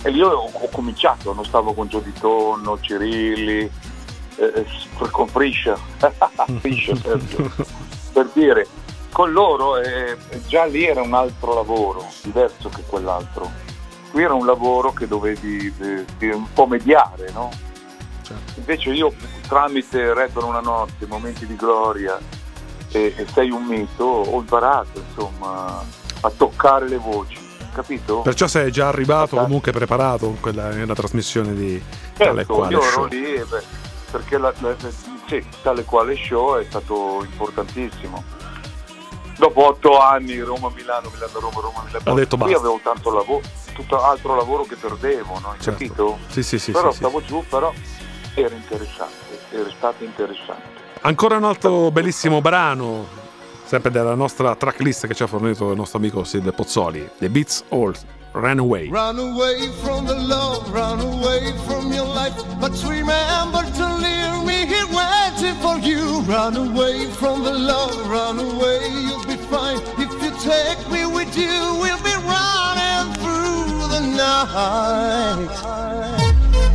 e io ho, ho cominciato, non stavo con Gio Di Tonno, Cirilli, eh, con Friscia, Friscia Sergio, per dire, con loro eh, già lì era un altro lavoro, diverso che quell'altro. Qui era un lavoro che dovevi eh, eh, un po' mediare, no? Certo. Invece io tramite Re per una notte, Momenti di gloria e, e Sei un mito, ho imparato insomma a toccare le voci, capito? Perciò sei già arrivato comunque preparato in quella, nella trasmissione di Tale certo, Quale io ero Show. lì eh, beh, perché la, la, sì, Tale Quale Show è stato importantissimo. Dopo otto anni Roma-Milano, Milano-Roma, Roma-Milano, Ho detto qui basta. avevo tanto lavoro, tutto altro lavoro che perdevo, no? Hai Certo. capito? Sì, sì, sì, però sì, stavo giù, però era interessante, era stato interessante. Ancora un altro bellissimo brano, sempre della nostra tracklist che ci ha fornito il nostro amico Sid Pozzoli, The Beats All Ran Away. Run away from the love, run away from your life, but remember to leave me here waiting for you. Run away from the love, run away, you'll be fine. If you take me with you, we'll be running through the night.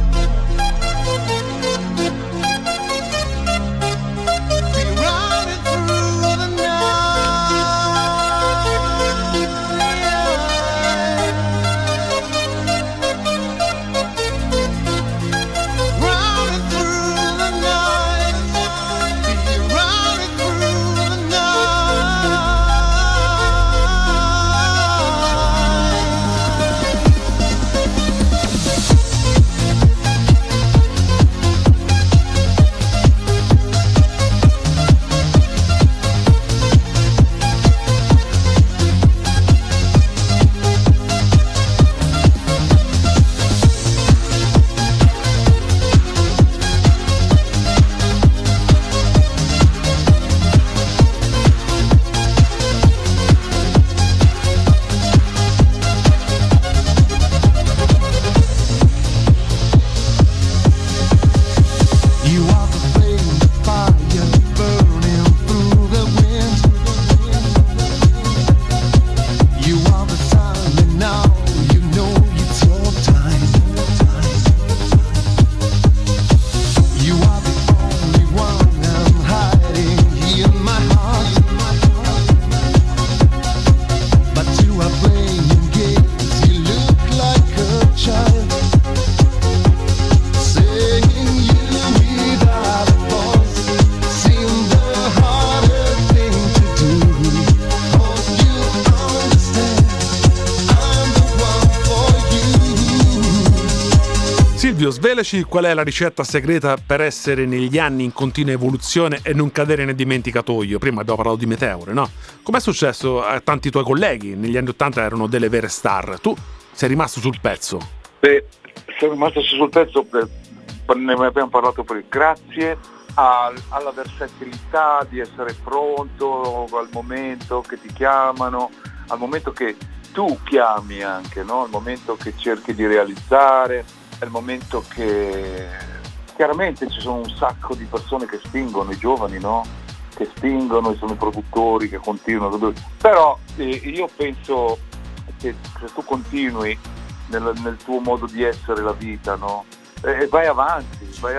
Svelaci qual è la ricetta segreta per essere negli anni in continua evoluzione e non cadere nel dimenticatoio. Prima abbiamo parlato di Meteore, no? Com'è successo a tanti tuoi colleghi? Negli anni Ottanta erano delle vere star. Tu sei rimasto sul pezzo. Beh, sono rimasto sul pezzo, per, ne abbiamo parlato prima. Grazie a, alla versatilità di essere pronto al momento che ti chiamano, al momento che tu chiami anche, no? Al momento che cerchi di realizzare. È il momento che chiaramente ci sono un sacco di persone che spingono, i giovani, no? Che spingono, sono i produttori che continuano, però eh, io penso che se tu continui nel, nel tuo modo di essere la vita, no? E vai avanti, vai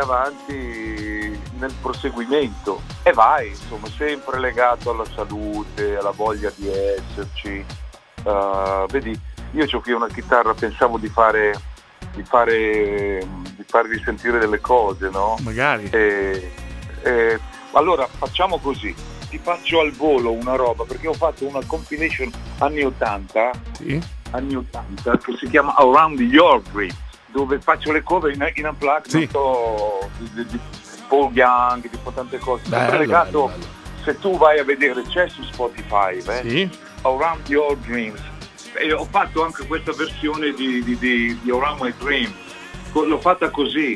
avanti nel proseguimento e vai, insomma, sempre legato alla salute, alla voglia di esserci. Uh, vedi, io ho qui una chitarra, pensavo di fare di fare di farvi sentire delle cose, no? Magari. E, e, allora facciamo così, ti faccio al volo una roba, perché ho fatto una compilation anni ottanta, sì. anni ottanta che si chiama Around Your Dreams, dove faccio le cover in, in unplugged, sì. So, di, di, di Paul Young, di tante cose. Bello, legato, bello, bello. Se tu vai a vedere, c'è su Spotify, eh? Sì. Around Your Dreams. E ho fatto anche questa versione di, di, di, di Around My Dream, l'ho fatta così.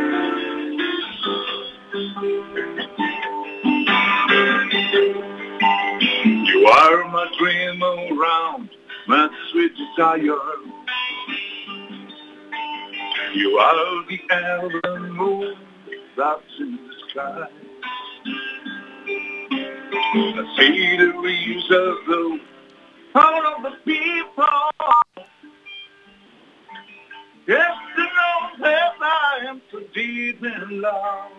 You are my dream around my sweet desire. You are the heaven moon that's in the sky. I see the leaves of the all of the people so deep in love.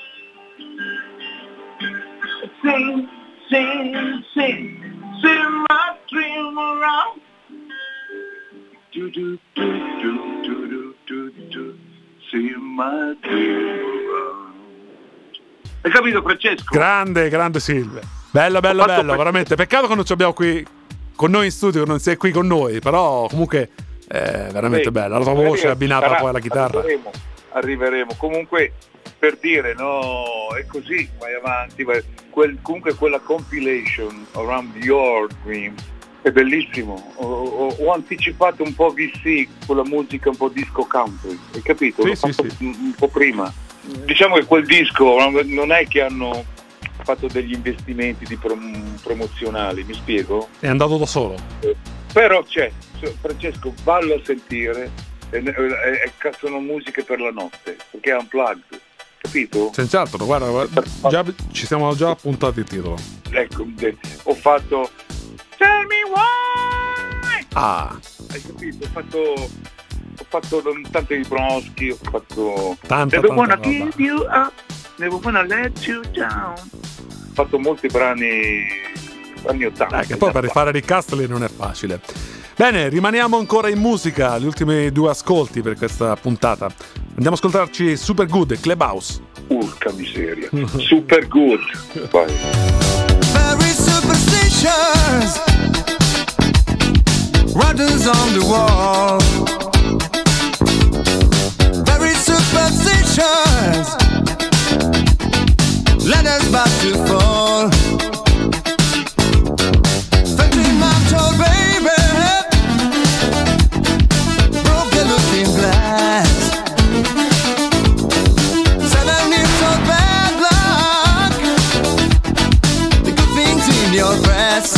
Sing, sing, sing, sing my dream around. Do do do do do do do do, sing my dream around. Hai capito, Francesco? Grande, grande Silvio. Bello, bello, bello, per... veramente. Peccato che non ci abbiamo qui con noi in studio, che non sei qui con noi, però comunque è veramente bello. La tua voce abbinata sarà, poi alla chitarra. Arriveremo, arriveremo. Comunque, per dire, no, è così, vai avanti. Vai. Quel, comunque quella compilation Around Your Dream è bellissimo. Ho, ho, ho anticipato un po' V C, quella musica un po' disco country, hai capito? Sì, L'ho sì, fatto sì. Un, un po' prima. Diciamo che quel disco non è che hanno fatto degli investimenti di prom- promozionali, mi spiego? È andato da solo. Eh, però c'è, Francesco, vallo a sentire, e, e, e sono musiche per la notte, perché è unplugged, capito? Senz'altro, guarda, guarda già, ci siamo già appuntati il titolo. Ecco, ho fatto Tell me why! Ah! Hai capito? Ho fatto... ho fatto tanto i Bronski, ho fatto tanta, Never tanta wanna roba. give you up, never wanna let you down. Ho fatto molti brani anni ottanta. Eh, che poi per rifare Rick Astley non è facile. Bene, rimaniamo ancora in musica, gli ultimi due ascolti per questa puntata. Andiamo a ascoltarci Super Good, Clubhouse. Urca miseria. Super Good. Vai. Very superstitious, writers on the wall. Very superstitious, let us about to fall. Thirty-month-old baby broke the looking glass. Seven years old bad luck, the good things in your breast.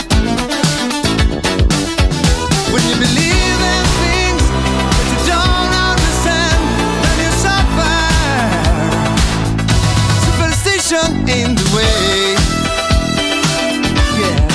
When you believe in things that you don't understand, then you suffer. Superstition in the way. Yeah.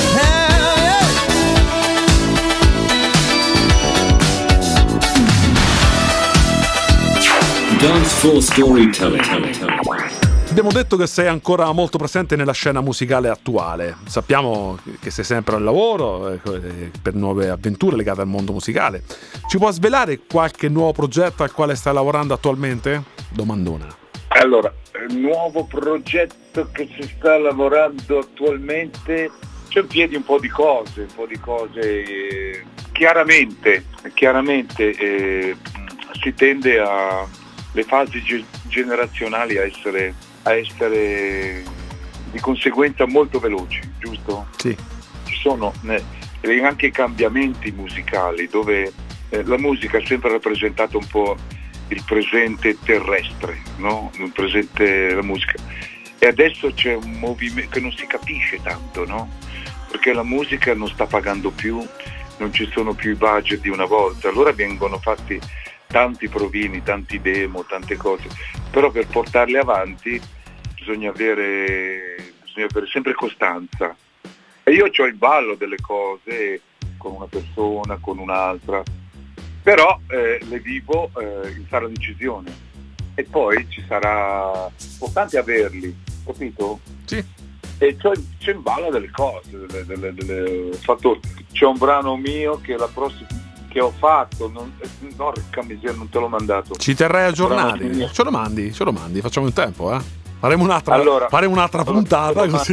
Dance floor storytelling. Abbiamo detto che sei ancora molto presente nella scena musicale attuale. Sappiamo che sei sempre al lavoro eh, per nuove avventure legate al mondo musicale. Ci può svelare qualche nuovo progetto al quale stai lavorando attualmente? Domandona. Allora, il nuovo progetto che si sta lavorando attualmente, c'è in piedi un po' di cose, un po' di cose. eh, Chiaramente, chiaramente eh, si tende a le fasi ge- generazionali a essere, a essere di conseguenza molto veloci, giusto? Sì. Ci sono eh, anche cambiamenti musicali dove eh, la musica ha sempre rappresentato un po' il presente terrestre, no? Il presente la musica. E adesso c'è un movimento che non si capisce tanto, no? Perché la musica non sta pagando più, non ci sono più i budget di una volta, allora vengono fatti tanti provini, tanti demo, tante cose, però per portarle avanti bisogna avere, bisogna avere sempre costanza. E io ho il ballo delle cose con una persona, con un'altra, però eh, le vivo eh, in sala decisione e poi ci sarà, importante averli, capito? Sì. E c'ho, c'è in ballo delle cose, delle, delle, delle, ho fatto, c'è un brano mio che la prossima che ho fatto, non, porca miseria, non te l'ho mandato. Ci terrei aggiornati. Ce lo mandi, ce lo mandi, facciamo in tempo, eh. Faremo un'altra, allora, faremo un'altra allora, puntata così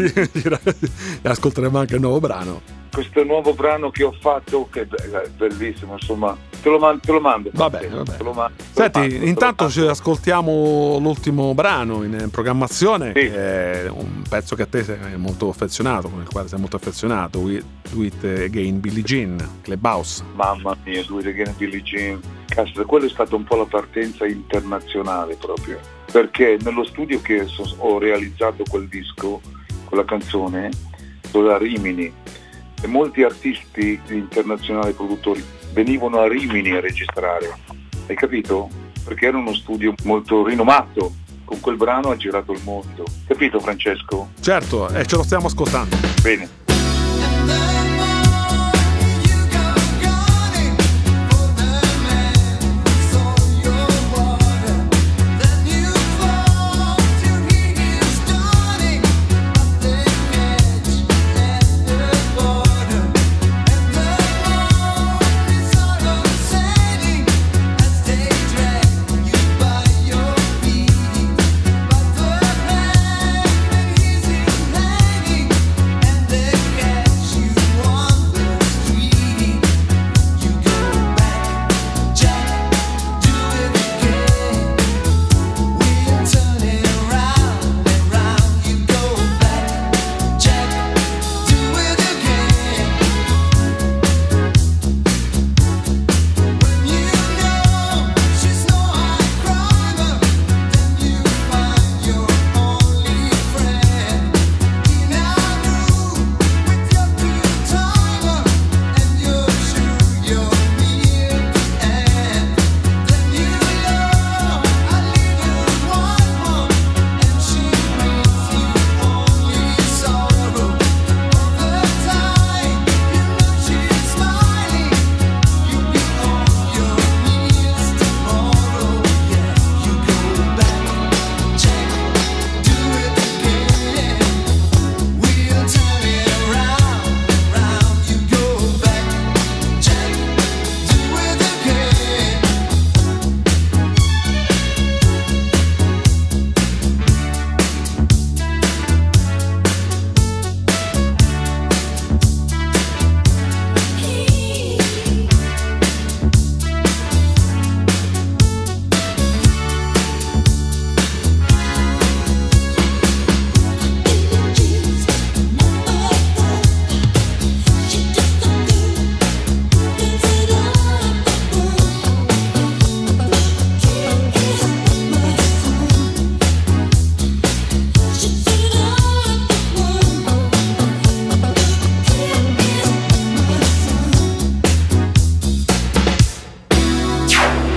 e ascolteremo anche il nuovo brano. Questo nuovo brano che ho fatto, che è bellissimo, insomma, te lo mando. Te lo mando va bene, va bene. Te lo mando, te Senti, lo mando, intanto ci ascoltiamo l'ultimo brano in programmazione, sì. Che è un pezzo che a te sei molto affezionato, con il quale sei molto affezionato, Do It Again Billie Jean, Clubhouse. Mamma mia, Do It Again Billie Jean. Cazzo, quella è stata un po' la partenza internazionale proprio, perché nello studio che so, ho realizzato quel disco, quella canzone, sono da Rimini, e molti artisti internazionali produttori venivano a Rimini a registrare, hai capito? Perché era uno studio molto rinomato, con quel brano ha girato il mondo, capito Francesco? Certo, e eh, ce lo stiamo ascoltando. Bene.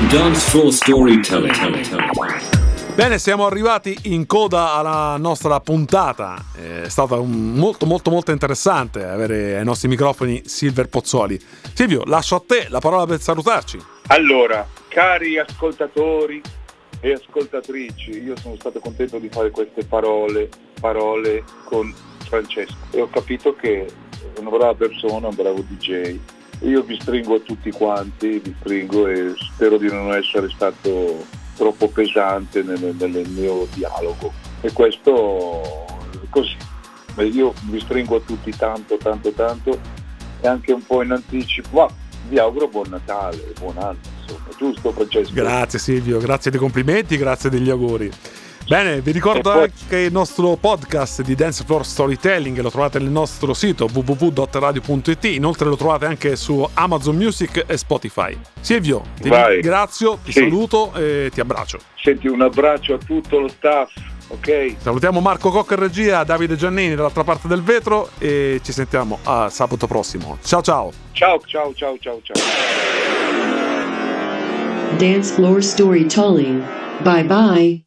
Dance Floor Storytelling. Bene, siamo arrivati in coda alla nostra puntata. È stata un molto molto molto interessante avere ai nostri microfoni Silver Pozzuoli. Silvio, lascio a te la parola per salutarci. Allora, cari ascoltatori e ascoltatrici, io sono stato contento di fare queste parole, parole con Francesco e ho capito che è una brava persona, un bravo D J. Io vi stringo a tutti quanti, vi stringo e spero di non essere stato troppo pesante nel, nel mio dialogo. E questo così. Io vi stringo a tutti tanto, tanto, tanto e anche un po' in anticipo. Ma vi auguro buon Natale e buon anno, insomma, giusto Francesco? Grazie Silvio, grazie dei complimenti, grazie degli auguri. Bene, vi ricordo poi... anche il nostro podcast di Dance Floor Storytelling, lo trovate nel nostro sito w w w punto radio punto i t, inoltre lo trovate anche su Amazon Music e Spotify. Silvio, ti Vai. ringrazio, ti Sì. saluto e ti abbraccio. Senti, un abbraccio a tutto lo staff, ok? Salutiamo Marco Cocca in regia, Davide Giannini dall'altra parte del vetro e ci sentiamo a sabato prossimo. Ciao ciao! Ciao, ciao, ciao, ciao, ciao. Dance Floor Storytelling. Bye bye.